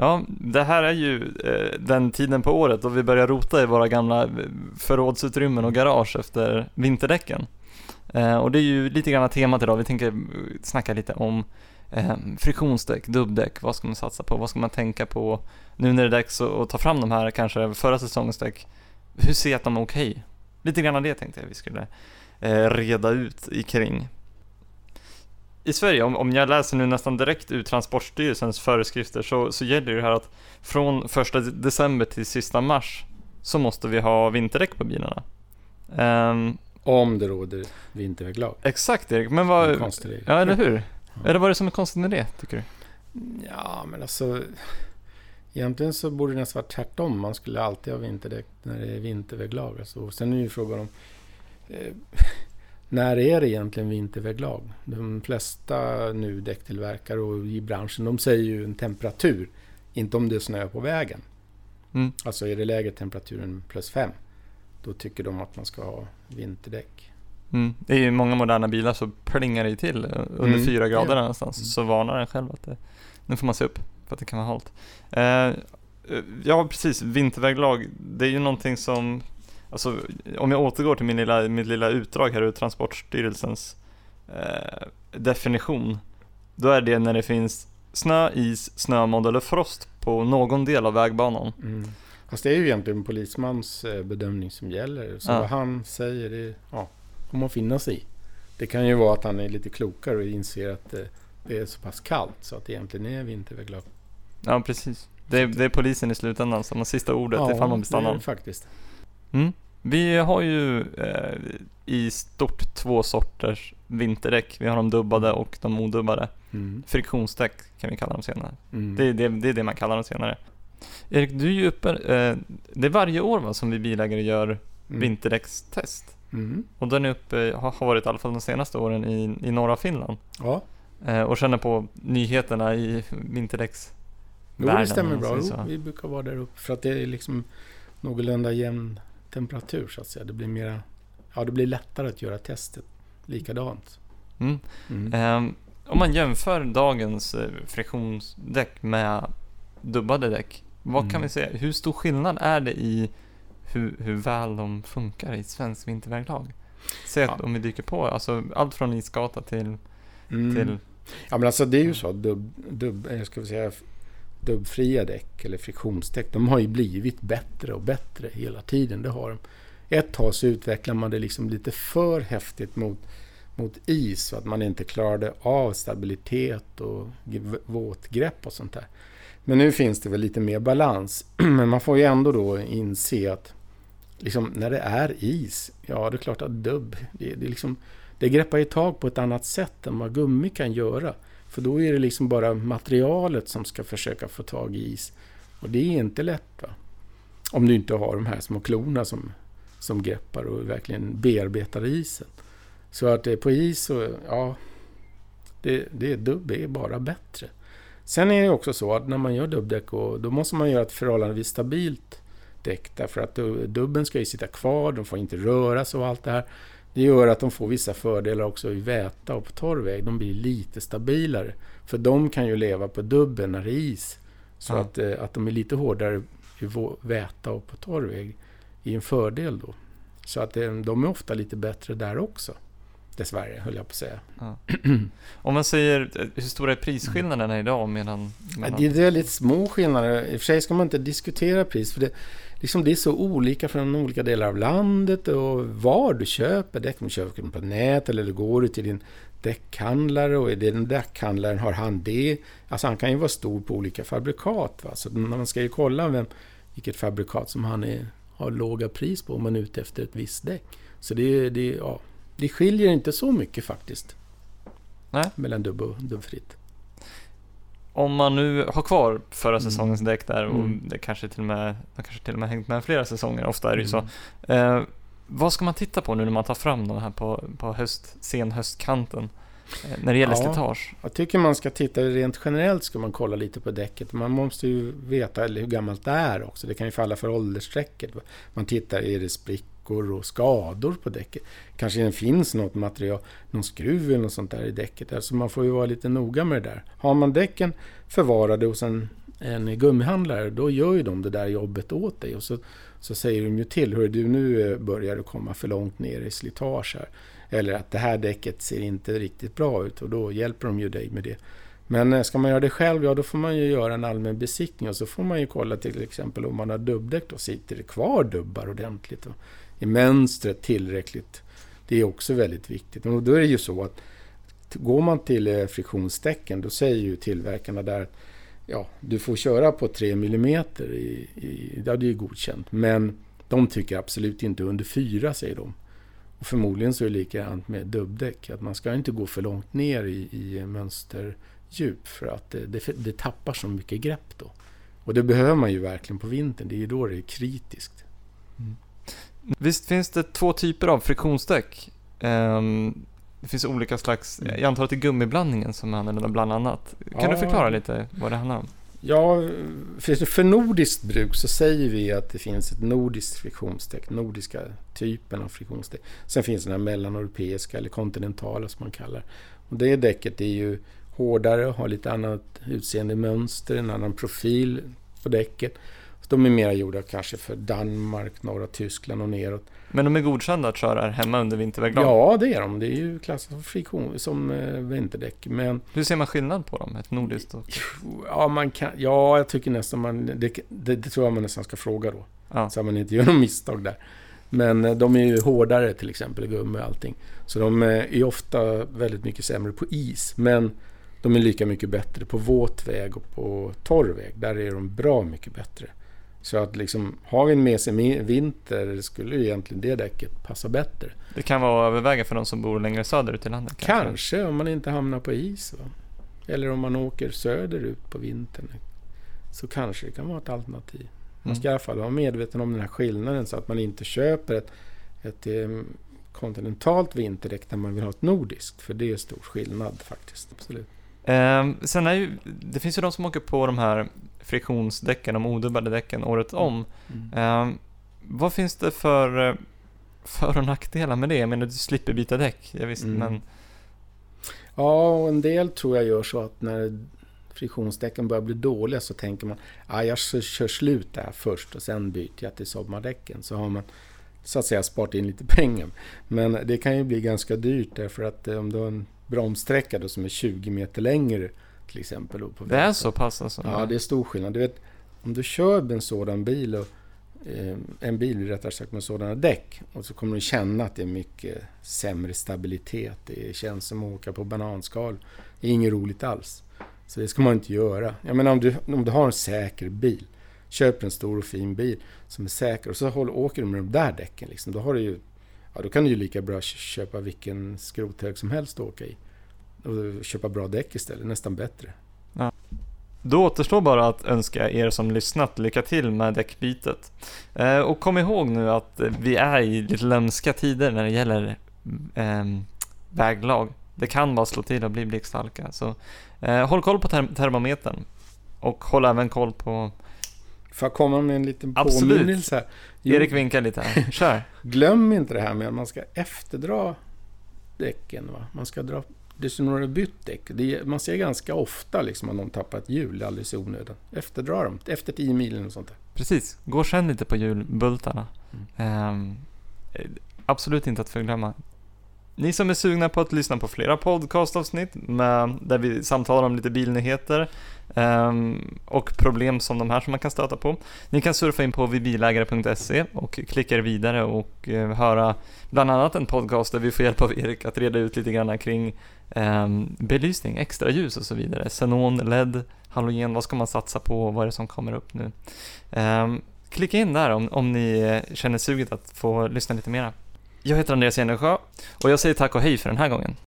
Ja, det här är ju den tiden på året då vi börjar rota i våra gamla förrådsutrymmen och garage efter vinterdäcken. Och det är ju lite grann temat idag. Vi tänker snacka lite om friktionsdäck, dubbdäck. Vad ska man satsa på? Vad ska man tänka på nu när det är dags att ta fram de här kanske förra säsongsdäck? Hur ser att de är okej? Lite grann av det tänkte jag vi skulle reda ut i kring. I Sverige, om jag läser nu nästan direkt ur Transportstyrelsens föreskrifter så gäller det här att från 1 december till sista mars så måste vi ha vinterdäck på bilarna. Om det råder vinterväglag. Exakt, Erik. Men vad... Ja, eller hur? Ja. Eller vad är det som är konstigt med det, tycker du? Ja, men alltså... Egentligen så borde det nästan vara tvärtom. Man skulle alltid ha vinterdäck när det är vinterväglag. Alltså. Sen är ju frågan om... när är det egentligen vinterväglag? De flesta nu däcktillverkare och i branschen, de säger ju en temperatur. Inte om det är snö på vägen. Mm. Alltså är det lägre temperatur än +5, då tycker de att man ska ha vinterdäck. Mm. Det är ju många moderna bilar så plingar det till under 4 grader någonstans. Så varnar den själv att nu får man se upp för att det kan vara halt. Ja, precis. Vinterväglag, det är ju någonting som... Alltså, om jag återgår till mitt lilla utdrag här ur Transportstyrelsens definition, då är det när det finns snö, is, snömodd eller frost på någon del av vägbanan. Mm. Fast det är ju egentligen polismans bedömning som gäller. Så vad han säger, det får man finna sig i. Det kan ju vara att han är lite klokare och inser att det är så pass kallt så att det egentligen är vinterväglag. Ja, precis. Det är polisen i slutändan som har sista ordet ifall man blir stannad. Ja, det är faktiskt. Mm. Vi har ju i stort 2 sorters vinterdäck. Vi har de dubbade och de odubbade. Friktionsdäck kan vi kalla dem senare. Det är det man kallar dem senare. Erik, du är ju uppe... det är varje år som vi bilägare gör vinterdäckstest. Och den är uppe, har varit i alla fall de senaste åren i norra Finland. Ja. Och känner på nyheterna i vinterdäcksvärlden. Jo, det stämmer bra. Vi brukar vara där uppe för att det är liksom någorlunda jämn temperatur så att säga. Det blir mera, det blir lättare att göra testet likadant. Om man jämför dagens friktionsdäck med dubbade däck, vad kan vi säga? Hur stor skillnad är det i hur väl de funkar i svensk vinterväglag? Se om vi dyker på, alltså allt från isgata till... Ja, men alltså det är ju så dubbfria däck eller friktionsdäck, de har ju blivit bättre och bättre hela tiden. Det har de. Ett tag så utvecklar man det liksom lite för häftigt mot is så att man inte klarade av stabilitet och våtgrepp och sånt där. Men nu finns det väl lite mer balans. Men man får ju ändå då inse att liksom, när det är is, det är klart att dubb, det greppar ju tag på ett annat sätt än vad gummi kan göra. För då är det liksom bara materialet som ska försöka få tag i is. Och det är inte lätt, va? Om du inte har de här små klorna som greppar och verkligen bearbetar isen. Så att det är på is så, dubb är bara bättre. Sen är det också så att när man gör dubbdäck, då måste man göra ett förhållandevis stabilt däck. Därför att dubben ska ju sitta kvar, de får inte röra sig och allt det här. Det gör att de får vissa fördelar också i väta och på torr väg. De blir lite stabilare. För de kan ju leva på dubben när det är is. Så att de är lite hårdare i väta och på torr väg är en fördel då. Så att de är ofta lite bättre där också. Dessvärre, höll jag på att säga. Ja. Om man säger, hur stora är prisskillnaderna idag mellan... Det är väldigt små skillnader. I och för sig ska man inte diskutera pris, för det är så olika från olika delar av landet och var du köper däck. Du köper på nät eller du går till din däckhandlare och är det den däckhandlaren har han det. Alltså han kan ju vara stor på olika fabrikat. Va? Så man ska ju kolla vilket fabrikat som han har låga pris på om man är ute efter ett visst däck. Så det skiljer inte så mycket faktiskt. Nej. Mellan dubb och dubbfritt. Om man nu har kvar förra säsongens däck där och det kanske till och med hängt med flera säsonger, ofta är det ju så. Vad ska man titta på nu när man tar fram de här på sen höstkanten när det gäller slitage? Jag tycker man ska titta rent generellt, ska man kolla lite på däcket. Man måste ju veta hur gammalt det är också. Det kan ju falla för åldersstrecket. Man tittar, är det sprickor och skador på däcket? Kanske det finns något material, någon skruv eller något sånt där i däcket. Alltså man får ju vara lite noga med det där. Har man däcken förvarade hos en en gummihandlare, då gör ju de det där jobbet åt dig. Och så säger de ju till, hur du nu börjar du komma för långt ner i slitage här. Eller att det här däcket ser inte riktigt bra ut, och då hjälper de ju dig med det. Men ska man göra det själv, ja då får man ju göra en allmän besiktning, och så får man ju kolla till exempel om man har dubbdäck, då sitter det kvar dubbar ordentligt och är mönstret tillräckligt. Det är också väldigt viktigt. Och då är det ju så att går man till friktionsdäcken, då säger ju tillverkarna där att ja, du får köra på 3 mm ja, det är ju godkänt, men de tycker absolut inte under 4, säger de. Och förmodligen så är det likadant med dubbdäck, att man ska inte gå för långt ner i mönsterdjup, för att det tappar så mycket grepp då. Och det behöver man ju verkligen på vintern, det är ju då det är kritiskt. Mm. Visst finns det 2 typer av friktionsdäck. Det finns olika slags, jag antar att det är gummiblandningen som använder bland annat. Kan du förklara lite vad det handlar om? Ja, för nordiskt bruk så säger vi att det finns ett nordiskt friktionsdäck, nordiska typen av friktionsdäck. Sen finns det den här mellaneuropeiska eller kontinentala som man kallar. Och det däcket är ju hårdare, har lite annat utseende mönster, en annan profil på däcket. De är mer gjorda kanske för Danmark, norra Tyskland och neråt. Men de är godkända att köra hemma under vinterväglag? Ja, det är de. Det är ju klassat friktion som vinterdäck. Men hur ser man skillnad på dem? Ett nordiskt och... Ja, jag tycker nästan det tror jag man nästan ska fråga då. Ja. Så att man inte gör någon misstag där. Men de är ju hårdare, till exempel gummi och allting. Så de är ofta väldigt mycket sämre på is. Men de är lika mycket bättre på våt väg och på torr väg. Där är de bra mycket bättre. Så att liksom, har vi en med sig vinter skulle ju egentligen det däcket passa bättre. Det kan vara överväga för de som bor längre söderut i landet. Kanske om man inte hamnar på is. Va? Eller om man åker söderut på vintern. Så kanske det kan vara ett alternativ. Man ska i alla fall vara medveten om den här skillnaden, så att man inte köper ett kontinentalt vinterdäck där man vill ha ett nordiskt. För det är stor skillnad faktiskt. Absolut. Sen är det finns ju de som åker på de här friktionsdäcken, de odubbade däcken året om. Vad finns det för och nackdelar med det? Jag menar, du slipper byta däck. Jag visste, men... Ja, och en del tror jag gör så att när friktionsdäcken börjar bli dåliga så tänker man jag kör slut där först och sen byter jag till sommardäcken. Så har man så att säga sparat in lite pengar. Men det kan ju bli ganska dyrt, därför att om du har en bromssträcka då som är 20 meter längre till exempel. Då på det är så pass alltså? Ja, det är stor skillnad. Du vet, om du kör en sådan bil och en bil rättare sagt med sådana däck, och så kommer du känna att det är mycket sämre stabilitet. Det känns som att åka på bananskal. Det är inget roligt alls. Så det ska man inte göra. Jag menar, om du har en säker bil, köper en stor och fin bil som är säker, och så åker du med de där däcken liksom, då kan du ju lika bra köpa vilken skrothög som helst att åka i och köpa bra däck istället, nästan bättre. Ja. Då återstår bara att önska er som lyssnat lycka till med däckbytet. Och kom ihåg nu att vi är i lite lömska tider när det gäller väglag. Det kan bara slå till och bli blixthalka. Så håll koll på termometern. Och håll även koll på... Får jag komma med en liten påminnelse här? Erik vinkar lite här. Kör. Glöm inte det här med att man ska efterdra däcken. Va? Man ska dra... Det är som några bytt däck. Man ser ganska ofta liksom att någon tappar ett hjul alldeles i onödan. Efterdra dem. Efter 10 milen och sånt där. Precis. Gå sen lite på hjulbultarna. Absolut inte att förglömma. Ni som är sugna på att lyssna på flera podcastavsnitt där vi samtalar om lite bilnyheter och problem som de här som man kan stöta på. Ni kan surfa in på vibilägare.se och klicka er vidare och höra bland annat en podcast där vi får hjälp av Erik att reda ut lite grann kring belysning, extra ljus och så vidare. Xenon, LED, halogen, vad ska man satsa på, vad är det som kommer upp nu? Klicka in där om ni känner suget att få lyssna lite mera. Jag heter Andreas Jennersjö och jag säger tack och hej för den här gången.